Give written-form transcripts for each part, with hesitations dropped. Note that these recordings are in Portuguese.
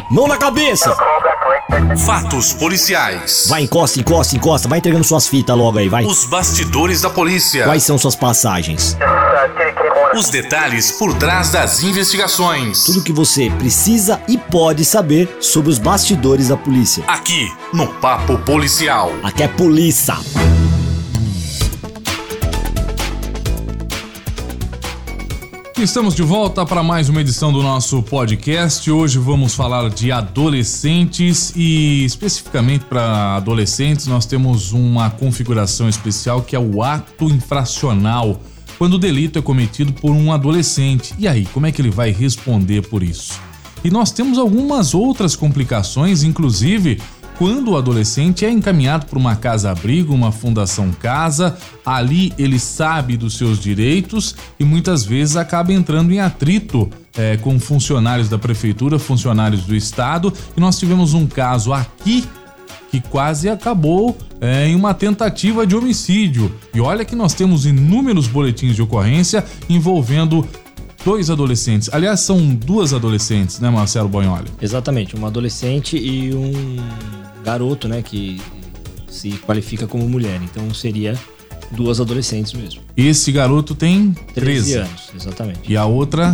Mão na cabeça! Fatos policiais. Vai, encosta. Vai entregando suas fitas logo aí, vai. Os bastidores da polícia. Quais são suas passagens? Os detalhes por trás das investigações. Tudo que você precisa e pode saber sobre os bastidores da polícia. Aqui, no Papo Policial. Aqui é polícia. Estamos de volta para mais uma edição do nosso podcast. Hoje vamos falar de adolescentes e especificamente para adolescentes nós temos uma configuração especial que é o ato infracional, quando o delito é cometido por um adolescente. E aí, como é que ele vai responder por isso? E nós temos algumas outras complicações, inclusive quando o adolescente é encaminhado para uma casa-abrigo, uma fundação casa, ali ele sabe dos seus direitos e muitas vezes acaba entrando em atrito com funcionários da prefeitura, funcionários do estado. E nós tivemos um caso aqui que quase acabou em uma tentativa de homicídio. E olha que nós temos inúmeros boletins de ocorrência envolvendo 2 adolescentes. Aliás, são 2 adolescentes, né, Marcelo Bognoli? Exatamente, uma adolescente e um garoto, né, que se qualifica como mulher. Então seria 2 adolescentes mesmo. Esse garoto tem 13 anos, exatamente. E a outra?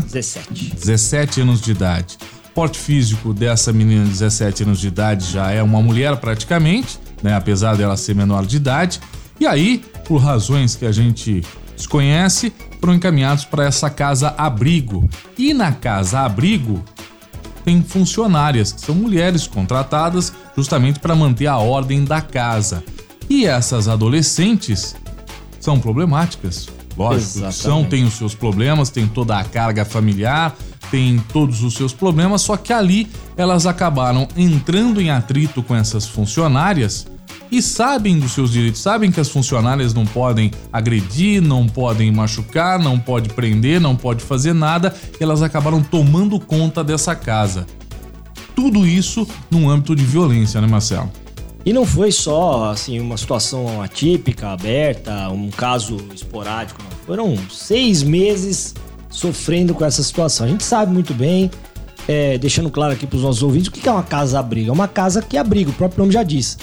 17 anos de idade. O porte físico dessa menina de 17 anos de idade já é uma mulher praticamente, né, apesar dela ser menor de idade. E aí, por razões que a gente desconhece, foram encaminhados para essa casa-abrigo. E na casa-abrigo tem funcionárias, que são mulheres contratadas justamente para manter a ordem da casa. E essas adolescentes são problemáticas. Lógico que são, tem os seus problemas, tem toda a carga familiar, tem todos os seus problemas, só que ali elas acabaram entrando em atrito com essas funcionárias e sabem dos seus direitos, sabem que as funcionárias não podem agredir, não podem machucar, não pode prender, não pode fazer nada, e elas acabaram tomando conta dessa casa. Tudo isso num âmbito de violência, né, Marcelo? E não foi só, assim, uma situação atípica, aberta, um caso esporádico, não. Foram 6 meses sofrendo com essa situação. A gente sabe muito bem, deixando claro aqui para os nossos ouvintes, o que é uma casa-abrigo? É uma casa que abriga, o próprio nome já diz.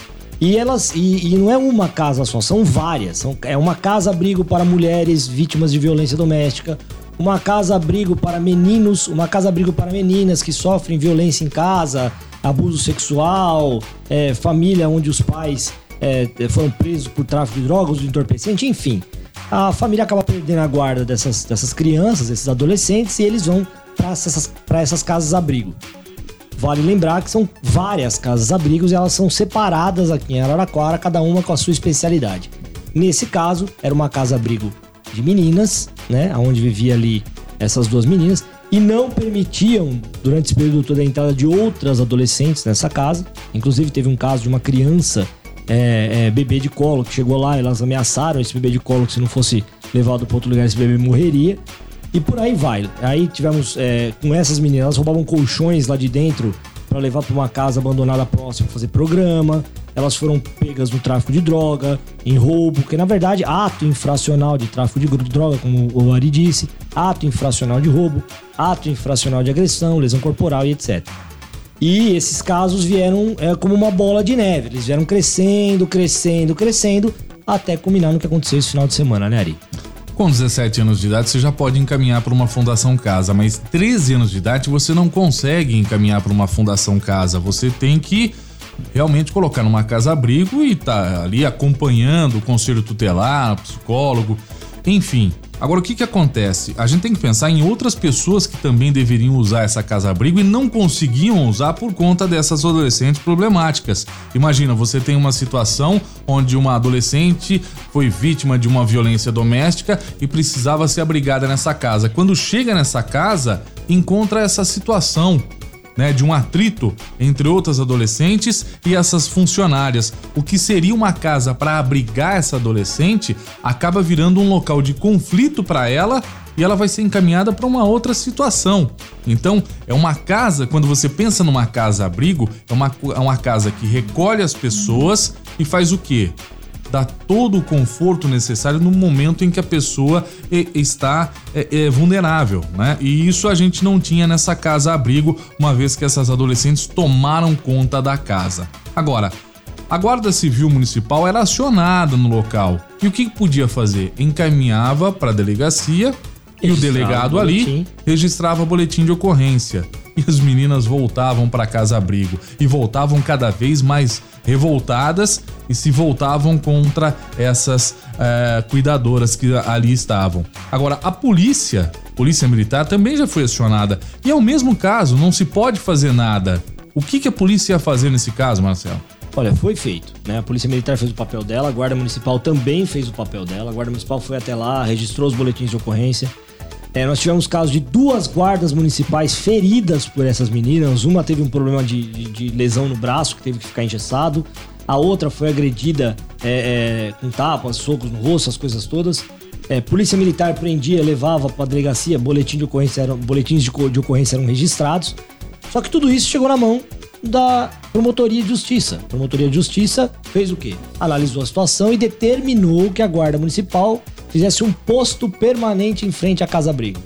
E não é uma casa só, são várias. É uma casa-abrigo para mulheres vítimas de violência doméstica, uma casa-abrigo para meninos, uma casa-abrigo para meninas que sofrem violência em casa, abuso sexual, família onde os pais foram presos por tráfico de drogas, de entorpecente, enfim. A família acaba perdendo a guarda dessas crianças, desses adolescentes, e eles vão para essas casas-abrigo. Vale lembrar que são várias casas-abrigos e elas são separadas aqui em Araraquara, cada uma com a sua especialidade. Nesse caso, era uma casa-abrigo de meninas, né, onde vivia ali essas 2 meninas, e não permitiam, durante esse período todo, a entrada de outras adolescentes nessa casa. Inclusive, teve um caso de uma criança, bebê de colo, que chegou lá e elas ameaçaram esse bebê de colo que se não fosse levado para outro lugar, esse bebê morreria. E por aí vai. Aí tivemos, com essas meninas, elas roubavam colchões lá de dentro para levar para uma casa abandonada próxima para fazer programa. Elas foram pegas no tráfico de droga, em roubo, que na verdade ato infracional de tráfico de droga, como o Ari disse, ato infracional de roubo, ato infracional de agressão, lesão corporal e etc. E esses casos vieram como uma bola de neve. Eles vieram crescendo, até culminar no que aconteceu esse final de semana, né, Ari? Com 17 anos de idade você já pode encaminhar para uma fundação casa, mas 13 anos de idade você não consegue encaminhar para uma fundação casa. Você tem que realmente colocar numa casa-abrigo e tá ali acompanhando o conselho tutelar, psicólogo, enfim. Agora, o que acontece? A gente tem que pensar em outras pessoas que também deveriam usar essa casa-abrigo e não conseguiam usar por conta dessas adolescentes problemáticas. Imagina, você tem uma situação onde uma adolescente foi vítima de uma violência doméstica e precisava ser abrigada nessa casa. Quando chega nessa casa, encontra essa situação, né, de um atrito entre outras adolescentes e essas funcionárias. O que seria uma casa para abrigar essa adolescente acaba virando um local de conflito para ela e ela vai ser encaminhada para uma outra situação. Então, é uma casa, quando você pensa numa casa-abrigo, é uma casa que recolhe as pessoas e faz o quê? dar todo o conforto necessário no momento em que a pessoa está vulnerável, né? E isso a gente não tinha nessa casa-abrigo, uma vez que essas adolescentes tomaram conta da casa. Agora, a Guarda Civil Municipal era acionada no local. E o que podia fazer? Encaminhava para a delegacia e o delegado ali registrava boletim de ocorrência. E as meninas voltavam para casa-abrigo e voltavam cada vez mais revoltadas e se voltavam contra essas cuidadoras que ali estavam. Agora, a polícia militar também já foi acionada. E é o mesmo caso, não se pode fazer nada. O que a polícia ia fazer nesse caso, Marcelo? Olha, foi feito, né? A Polícia Militar fez o papel dela, a Guarda Municipal também fez o papel dela. A Guarda Municipal foi até lá, registrou os boletins de ocorrência. Nós tivemos casos de 2 guardas municipais feridas por essas meninas. Uma teve um problema de lesão no braço, que teve que ficar engessado. A outra foi agredida com tapas, socos no rosto, as coisas todas. Polícia Militar prendia, levava para a delegacia, boletins de ocorrência eram registrados. Só que tudo isso chegou na mão da Promotoria de Justiça. A Promotoria de Justiça fez o quê? Analisou a situação e determinou que a Guarda Municipal fizesse um posto permanente em frente à casa-abrigo.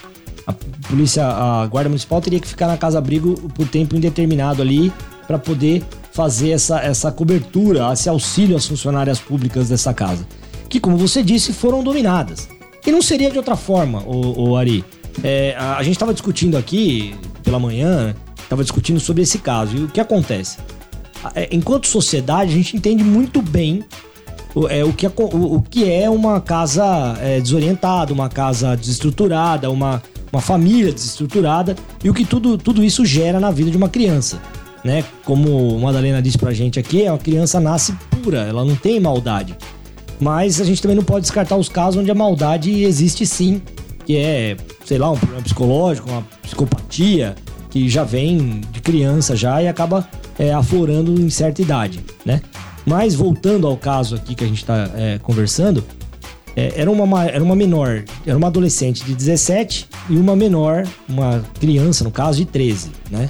A Guarda Municipal teria que ficar na casa-abrigo por tempo indeterminado ali para poder fazer essa cobertura, esse auxílio às funcionárias públicas dessa casa, que, como você disse, foram dominadas. E não seria de outra forma, Ari. A gente estava discutindo aqui pela manhã, estava discutindo sobre esse caso. E o que acontece? Enquanto sociedade, a gente entende muito bem o que é uma casa desorientada, uma casa desestruturada, uma família desestruturada e o que tudo isso gera na vida de uma criança, né? Como a Madalena disse pra gente aqui, uma criança nasce pura, ela não tem maldade. Mas a gente também não pode descartar os casos onde a maldade existe sim, que é, sei lá, um problema psicológico, uma psicopatia, que já vem de criança já e acaba aflorando em certa idade, né? Mas voltando ao caso aqui que a gente está conversando, era uma menor, era uma adolescente de 17 e uma menor, uma criança, no caso, de 13, né?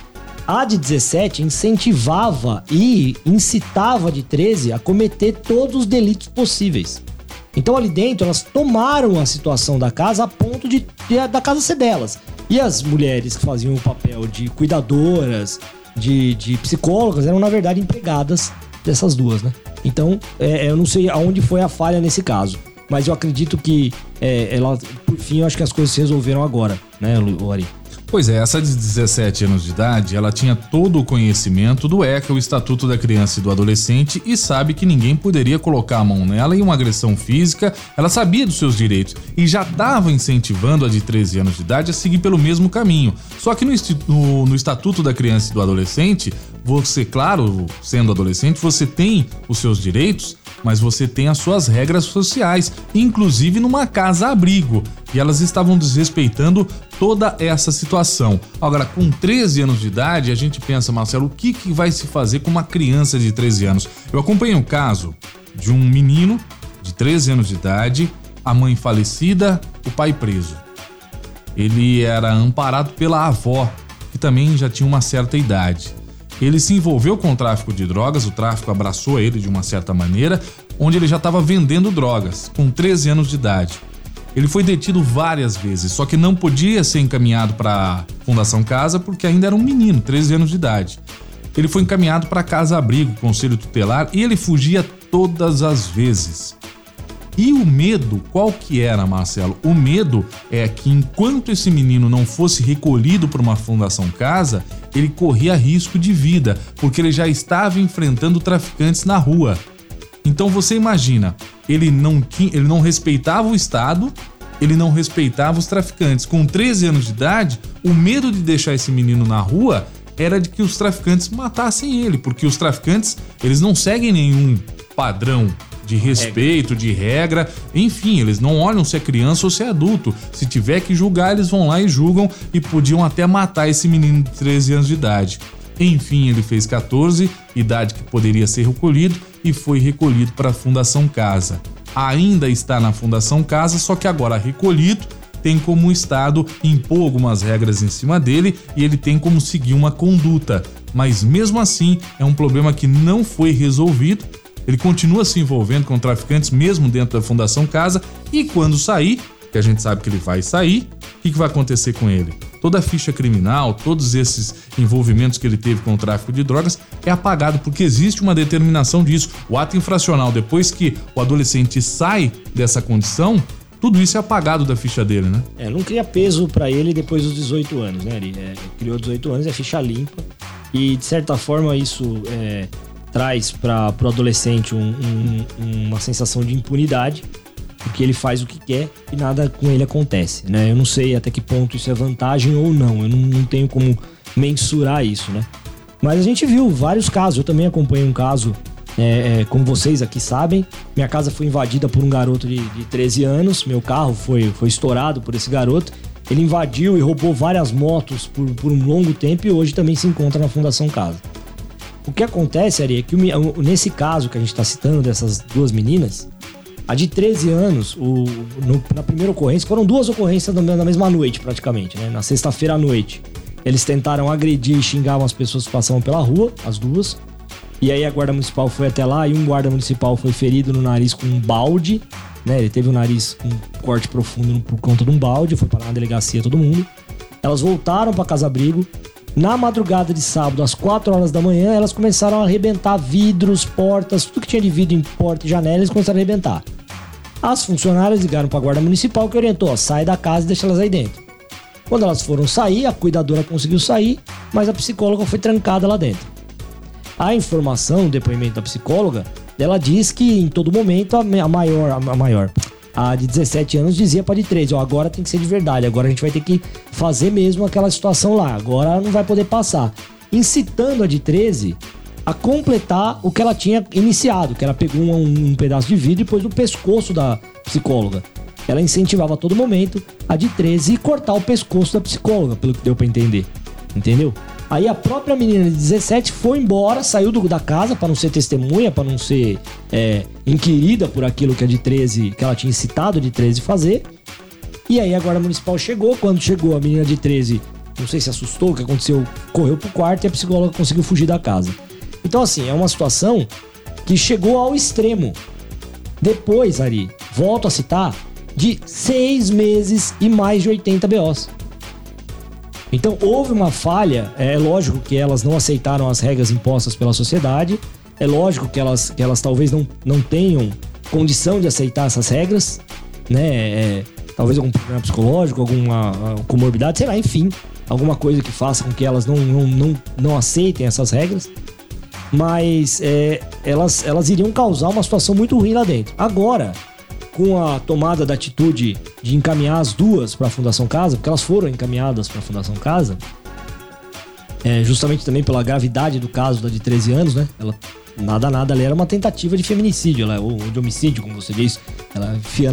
A de 17 incentivava e incitava a de 13 a cometer todos os delitos possíveis. Então ali dentro elas tomaram a situação da casa a ponto da casa ser delas. E as mulheres que faziam o papel de cuidadoras, de psicólogas, eram na verdade empregadas dessas duas, né? Então, eu não sei aonde foi a falha nesse caso, mas eu acredito que por fim, eu acho que as coisas se resolveram agora, né, Ari? Pois é, essa de 17 anos de idade, ela tinha todo o conhecimento do ECA, o Estatuto da Criança e do Adolescente, e sabe que ninguém poderia colocar a mão nela em uma agressão física. Ela sabia dos seus direitos e já estava incentivando a de 13 anos de idade a seguir pelo mesmo caminho. Só que no Estatuto da Criança e do Adolescente, você, claro, sendo adolescente, você tem os seus direitos, mas você tem as suas regras sociais, inclusive numa casa-abrigo. E elas estavam desrespeitando toda essa situação. Agora, com 13 anos de idade, a gente pensa, Marcelo, o que vai se fazer com uma criança de 13 anos? Eu acompanhei um caso de um menino de 13 anos de idade, a mãe falecida, o pai preso. Ele era amparado pela avó, que também já tinha uma certa idade. Ele se envolveu com o tráfico de drogas, o tráfico abraçou ele de uma certa maneira, onde ele já estava vendendo drogas, com 13 anos de idade. Ele foi detido várias vezes, só que não podia ser encaminhado para a Fundação Casa porque ainda era um menino, 13 anos de idade. Ele foi encaminhado para a casa-abrigo, conselho tutelar, e ele fugia todas as vezes. E o medo, qual que era, Marcelo? O medo é que enquanto esse menino não fosse recolhido para uma Fundação Casa, ele corria risco de vida, porque ele já estava enfrentando traficantes na rua. Então você imagina, ele não respeitava o Estado, ele não respeitava os traficantes. Com 13 anos de idade, o medo de deixar esse menino na rua era de que os traficantes matassem ele, porque os traficantes, eles não seguem nenhum padrão de respeito, de regra, enfim, eles não olham se é criança ou se é adulto. Se tiver que julgar, eles vão lá e julgam, e podiam até matar esse menino de 13 anos de idade. Enfim, ele fez 14, idade que poderia ser recolhido, e foi recolhido para a Fundação Casa. Ainda está na Fundação Casa, só que agora recolhido, tem como o Estado impor algumas regras em cima dele e ele tem como seguir uma conduta. Mas mesmo assim, é um problema que não foi resolvido. ele continua se envolvendo com traficantes mesmo dentro da Fundação Casa, e quando sair, que a gente sabe que ele vai sair, o que vai acontecer com ele? Toda a ficha criminal, todos esses envolvimentos que ele teve com o tráfico de drogas é apagado, porque existe uma determinação disso. O ato infracional, depois que o adolescente sai dessa condição, tudo isso é apagado da ficha dele, né? Não cria peso pra ele depois dos 18 anos, né? Ele criou 18 anos, é ficha limpa. E, de certa forma, isso traz para pro adolescente uma sensação de impunidade, porque ele faz o que quer e nada com ele acontece, né? Eu não sei até que ponto isso é vantagem ou não, eu não tenho como mensurar isso, né? Mas a gente viu vários casos, eu também acompanhei um caso, como vocês aqui sabem, minha casa foi invadida por um garoto de 13 anos, meu carro foi estourado por esse garoto, ele invadiu e roubou várias motos por um longo tempo e hoje também se encontra na Fundação Casa. O que acontece, Ari, é que nesse caso que a gente está citando dessas duas meninas, a de 13 anos, na primeira ocorrência, foram duas ocorrências na mesma noite praticamente, né? Na sexta-feira à noite. Eles tentaram agredir e xingar umas pessoas que passavam pela rua, as duas. E aí a guarda municipal foi até lá e um guarda municipal foi ferido no nariz com um balde, né? Ele teve o nariz com um corte profundo por conta de um balde, foi parar na delegacia todo mundo. Elas voltaram pra casa-abrigo. Na madrugada de sábado, às 4 horas da manhã, elas começaram a arrebentar vidros, portas, tudo que tinha de vidro em porta e janela, eles começaram a arrebentar. As funcionárias ligaram para a guarda municipal que orientou, sai da casa e deixa elas aí dentro. Quando elas foram sair, a cuidadora conseguiu sair, mas a psicóloga foi trancada lá dentro. A informação, o depoimento da psicóloga, ela diz que em todo momento a de 17 anos dizia para a de 13, agora tem que ser de verdade, agora a gente vai ter que fazer mesmo aquela situação lá, agora não vai poder passar. Incitando a de 13 a completar o que ela tinha iniciado, que ela pegou um pedaço de vidro e pôs no pescoço da psicóloga. Ela incentivava a todo momento a de 13 cortar o pescoço da psicóloga, pelo que deu pra entender. Entendeu? Aí a própria menina de 17 foi embora, saiu da casa pra não ser testemunha, pra não ser inquirida por aquilo que a de 13, que ela tinha incitado a de 13 fazer. E aí a guarda municipal chegou, quando chegou a menina de 13, não sei se assustou, o que aconteceu, correu pro quarto e a psicóloga conseguiu fugir da casa. Então assim, é uma situação que chegou ao extremo. Depois, Ari, volto a citar, de 6 meses e mais de 80 BOs. Então houve uma falha, é lógico que elas não aceitaram as regras impostas pela sociedade, é lógico que elas talvez não tenham condição de aceitar essas regras, né? Talvez algum problema psicológico, alguma comorbidade, sei lá, enfim, alguma coisa que faça com que elas não aceitem essas regras. Mas elas iriam causar uma situação muito ruim lá dentro. Agora, com a tomada da atitude de encaminhar as duas para a Fundação Casa, porque elas foram encaminhadas para a Fundação Casa, justamente também pela gravidade do caso da de 13 anos, né? Ela, nada, ela era uma tentativa de feminicídio, ou de homicídio, como você diz. Ela enfiando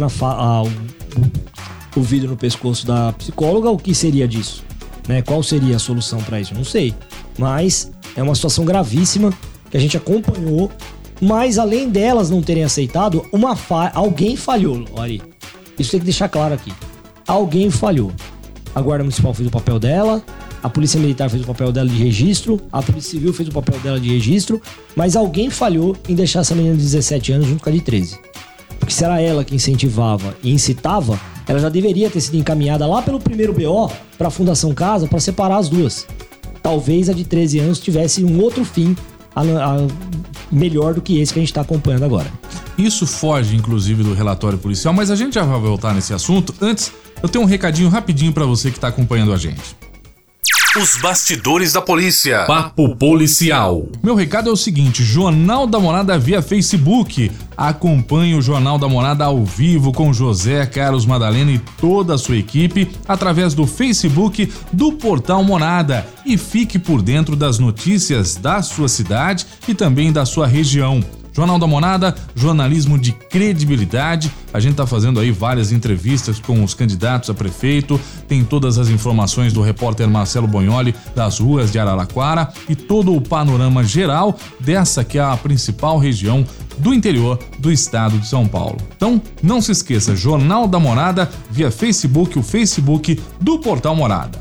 o vidro no pescoço da psicóloga. O que seria disso? Né? Qual seria a solução para isso? Não sei. Mas é uma situação gravíssima que a gente acompanhou. Mas além delas não terem aceitado, alguém falhou, Ari. Isso tem que deixar claro aqui. Alguém falhou. A Guarda Municipal fez o papel dela, a Polícia Militar fez o papel dela de registro, a Polícia Civil fez o papel dela de registro, mas alguém falhou em deixar essa menina de 17 anos junto com a de 13. Porque se era ela que incentivava e incitava, ela já deveria ter sido encaminhada lá pelo primeiro BO para a Fundação Casa para separar as duas. Talvez a de 13 anos tivesse um outro fim melhor do que esse que a gente está acompanhando agora. Isso foge, inclusive, do relatório policial, mas a gente já vai voltar nesse assunto. Antes, eu tenho um recadinho rapidinho para você que está acompanhando a gente. Os bastidores da polícia. Papo policial. Meu recado é o seguinte: Jornal da Morada via Facebook. Acompanhe o Jornal da Morada ao vivo com José Carlos Madalena e toda a sua equipe através do Facebook do Portal Morada e fique por dentro das notícias da sua cidade e também da sua região. Jornal da Morada, jornalismo de credibilidade. A gente tá fazendo aí várias entrevistas com os candidatos a prefeito, tem todas as informações do repórter Marcelo Bognoli das ruas de Araraquara e todo o panorama geral dessa que é a principal região do interior do estado de São Paulo. Então, não se esqueça, Jornal da Morada via Facebook, o Facebook do Portal Morada.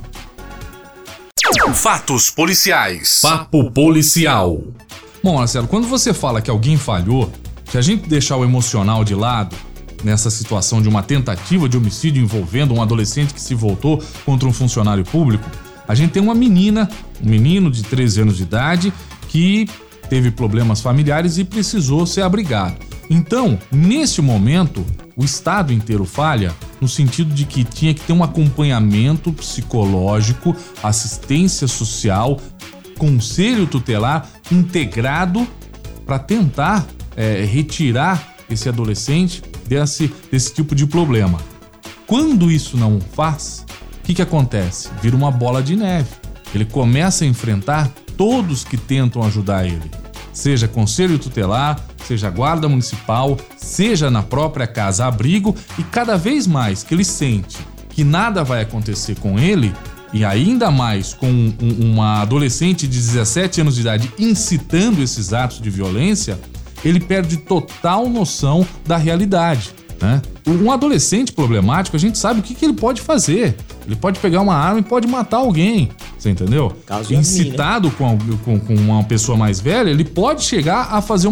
Fatos policiais. Papo policial. Bom, Marcelo, quando você fala que alguém falhou, Se a gente deixar o emocional de lado, nessa situação de uma tentativa de homicídio envolvendo um adolescente que se voltou contra um funcionário público, a gente tem um menino de 13 anos de idade que teve problemas familiares e precisou ser abrigado. Então, nesse momento, o Estado inteiro falha no sentido de que tinha que ter um acompanhamento psicológico, assistência social, conselho tutelar integrado para tentar retirar esse adolescente desse tipo de problema. Quando isso não faz, o que acontece? Vira uma bola de neve. Ele começa a enfrentar todos que tentam ajudar ele. Seja conselho tutelar, seja guarda municipal, seja na própria casa-abrigo, e cada vez mais que ele sente que nada vai acontecer com ele, e ainda mais com uma adolescente de 17 anos de idade incitando esses atos de violência, ele perde total noção da realidade, né? Um adolescente problemático, a gente sabe o que ele pode fazer. Ele pode pegar uma arma e pode matar alguém, você entendeu? Caso incitado com uma pessoa mais velha, ele pode chegar a fazer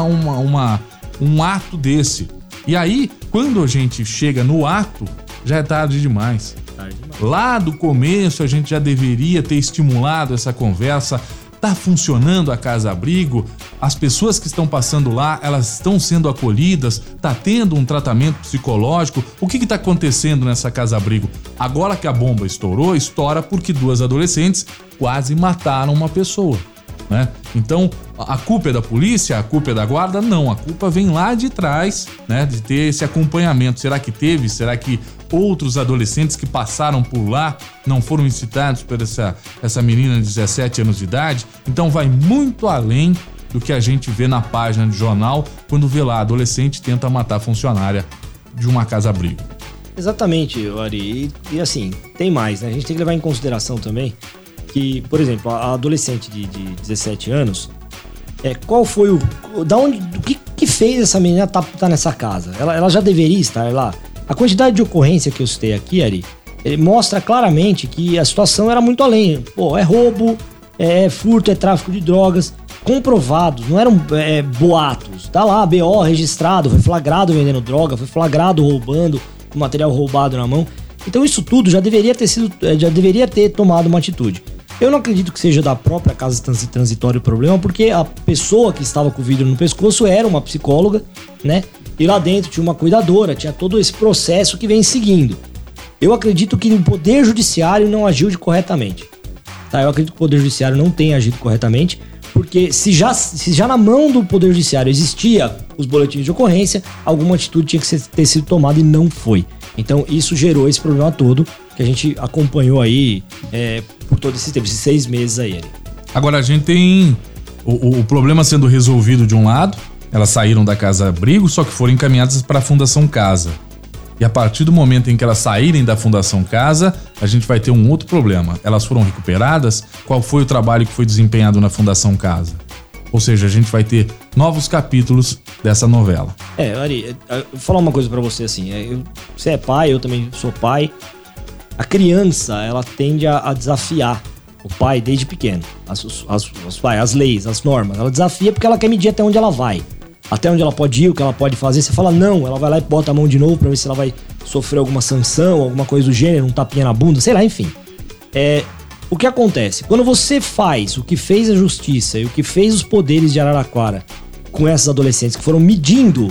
um ato desse. E aí, quando a gente chega no ato, já é tarde demais. Lá do começo, a gente já deveria ter estimulado essa conversa. Tá funcionando a casa-abrigo? As pessoas que estão passando lá, elas estão sendo acolhidas? Tá tendo um tratamento psicológico? O que tá acontecendo nessa casa-abrigo? Agora que a bomba estoura porque 2 adolescentes quase mataram uma pessoa, né? Então, a culpa é da polícia? A culpa é da guarda? Não, a culpa vem lá de trás, né? De ter esse acompanhamento. Será que teve? Será que outros adolescentes que passaram por lá não foram incitados por essa menina de 17 anos de idade? Então vai muito além do que a gente vê na página de jornal quando vê lá adolescente tenta matar funcionária de uma casa-abrigo. Exatamente, Ari. E assim, tem mais, né? A gente tem que levar em consideração também que, por exemplo, a adolescente de 17 anos, qual foi o que fez essa menina tá nessa casa? Ela já deveria estar lá. A quantidade de ocorrência que eu citei aqui, Ari, ele mostra claramente que a situação era muito além. Pô, é roubo, é furto, é tráfico de drogas, comprovados, não eram boatos. Tá lá, BO registrado, foi flagrado vendendo droga, foi flagrado roubando, com material roubado na mão. Então isso tudo já deveria ter tomado uma atitude. Eu não acredito que seja da própria casa transitória o problema, porque a pessoa que estava com o vidro no pescoço era uma psicóloga, né? E lá dentro tinha uma cuidadora, tinha todo esse processo que vem seguindo. Eu acredito que o Poder Judiciário não agiu corretamente. Tá? Eu acredito que o Poder Judiciário não tenha agido corretamente, porque se já na mão do Poder Judiciário existia os boletins de ocorrência, alguma atitude tinha que ter sido tomada e não foi. Então isso gerou esse problema todo que a gente acompanhou aí por todo esse tempo, esses 6 meses aí. Agora a gente tem o problema sendo resolvido de um lado, elas saíram da casa-abrigo, só que foram encaminhadas para a Fundação Casa. E a partir do momento em que elas saírem da Fundação Casa, a gente vai ter um outro problema. Elas foram recuperadas? Qual foi o trabalho que foi desempenhado na Fundação Casa? Ou seja, a gente vai ter novos capítulos dessa novela. Ari, vou falar uma coisa pra você assim. Você é pai, eu também sou pai. A criança, ela tende a desafiar o pai desde pequeno. As leis, as normas. Ela desafia porque ela quer medir até onde ela vai. Até onde ela pode ir, o que ela pode fazer. Você fala não, ela vai lá e bota a mão de novo pra ver se ela vai sofrer alguma sanção, alguma coisa do gênero, um tapinha na bunda, sei lá, enfim. O que acontece? Quando você faz o que fez a justiça e o que fez os poderes de Araraquara com essas adolescentes que foram medindo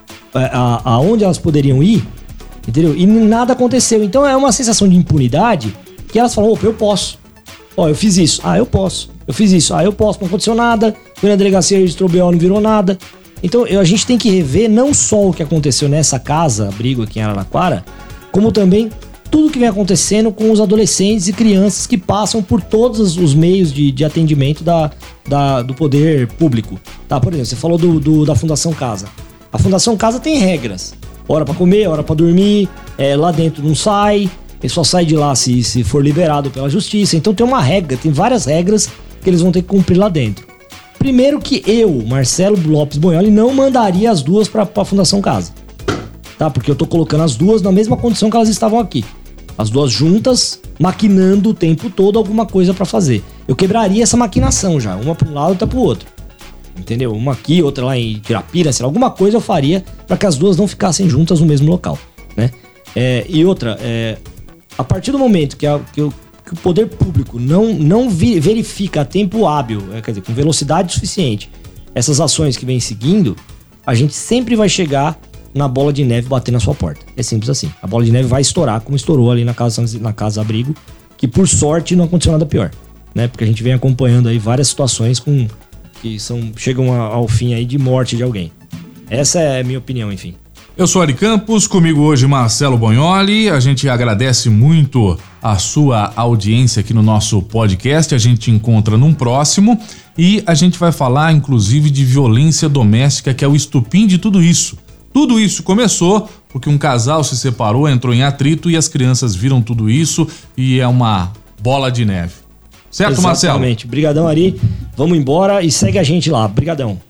aonde elas poderiam ir, entendeu? E nada aconteceu. Então é uma sensação de impunidade que elas falam, opa, eu posso. Eu fiz isso. Eu posso. Eu fiz isso. Eu posso. Não aconteceu nada. Fui na delegacia, registrou BO, não virou nada. Então a gente tem que rever não só o que aconteceu nessa casa, abrigo aqui em Araraquara, como também tudo que vem acontecendo com os adolescentes e crianças que passam por todos os meios de atendimento do poder público. Tá? Por exemplo, você falou da Fundação Casa. A Fundação Casa tem regras. Hora pra comer, hora pra dormir, lá dentro não sai, ele só sai de lá se for liberado pela justiça. Então tem uma regra, tem várias regras que eles vão ter que cumprir lá dentro. Primeiro que eu, Marcelo Lopes Bonholi, não mandaria as duas pra Fundação Casa. Tá? Porque eu tô colocando as duas na mesma condição que elas estavam aqui. As duas juntas, maquinando o tempo todo alguma coisa pra fazer. Eu quebraria essa maquinação já, uma pra um lado e outra pro outro. entendeu? Uma aqui, outra lá em Tirapira, sei lá, alguma coisa eu faria para que as duas não ficassem juntas no mesmo local, né? E outra, a partir do momento que o poder público não verifica a tempo hábil, quer dizer, com velocidade suficiente, essas ações que vem seguindo, a gente sempre vai chegar na bola de neve bater na sua porta. É simples assim. A bola de neve vai estourar, como estourou ali na casa abrigo, que por sorte não aconteceu nada pior, né? Porque a gente vem acompanhando aí várias situações que chegam ao fim aí de morte de alguém. Essa é a minha opinião, enfim. Eu sou Ari Campos, comigo hoje Marcelo Bonholi. A gente agradece muito a sua audiência aqui no nosso podcast. A gente te encontra num próximo e a gente vai falar inclusive de violência doméstica, que é o estupim de tudo isso. Tudo isso começou porque um casal se separou, entrou em atrito e as crianças viram tudo isso e é uma bola de neve. Certo, exatamente. Marcelo? Exatamente. Brigadão, Ari. Vamos embora e segue a gente lá. Brigadão.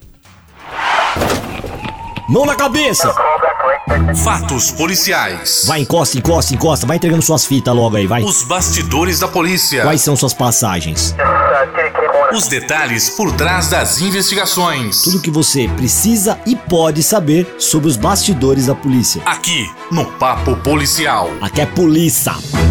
Mão na cabeça! Fatos policiais. Vai, encosta. Vai entregando suas fitas logo aí, vai. Os bastidores da polícia. Quais são suas passagens? Os detalhes por trás das investigações. Tudo que você precisa e pode saber sobre os bastidores da polícia. Aqui, no Papo Policial. Aqui é polícia.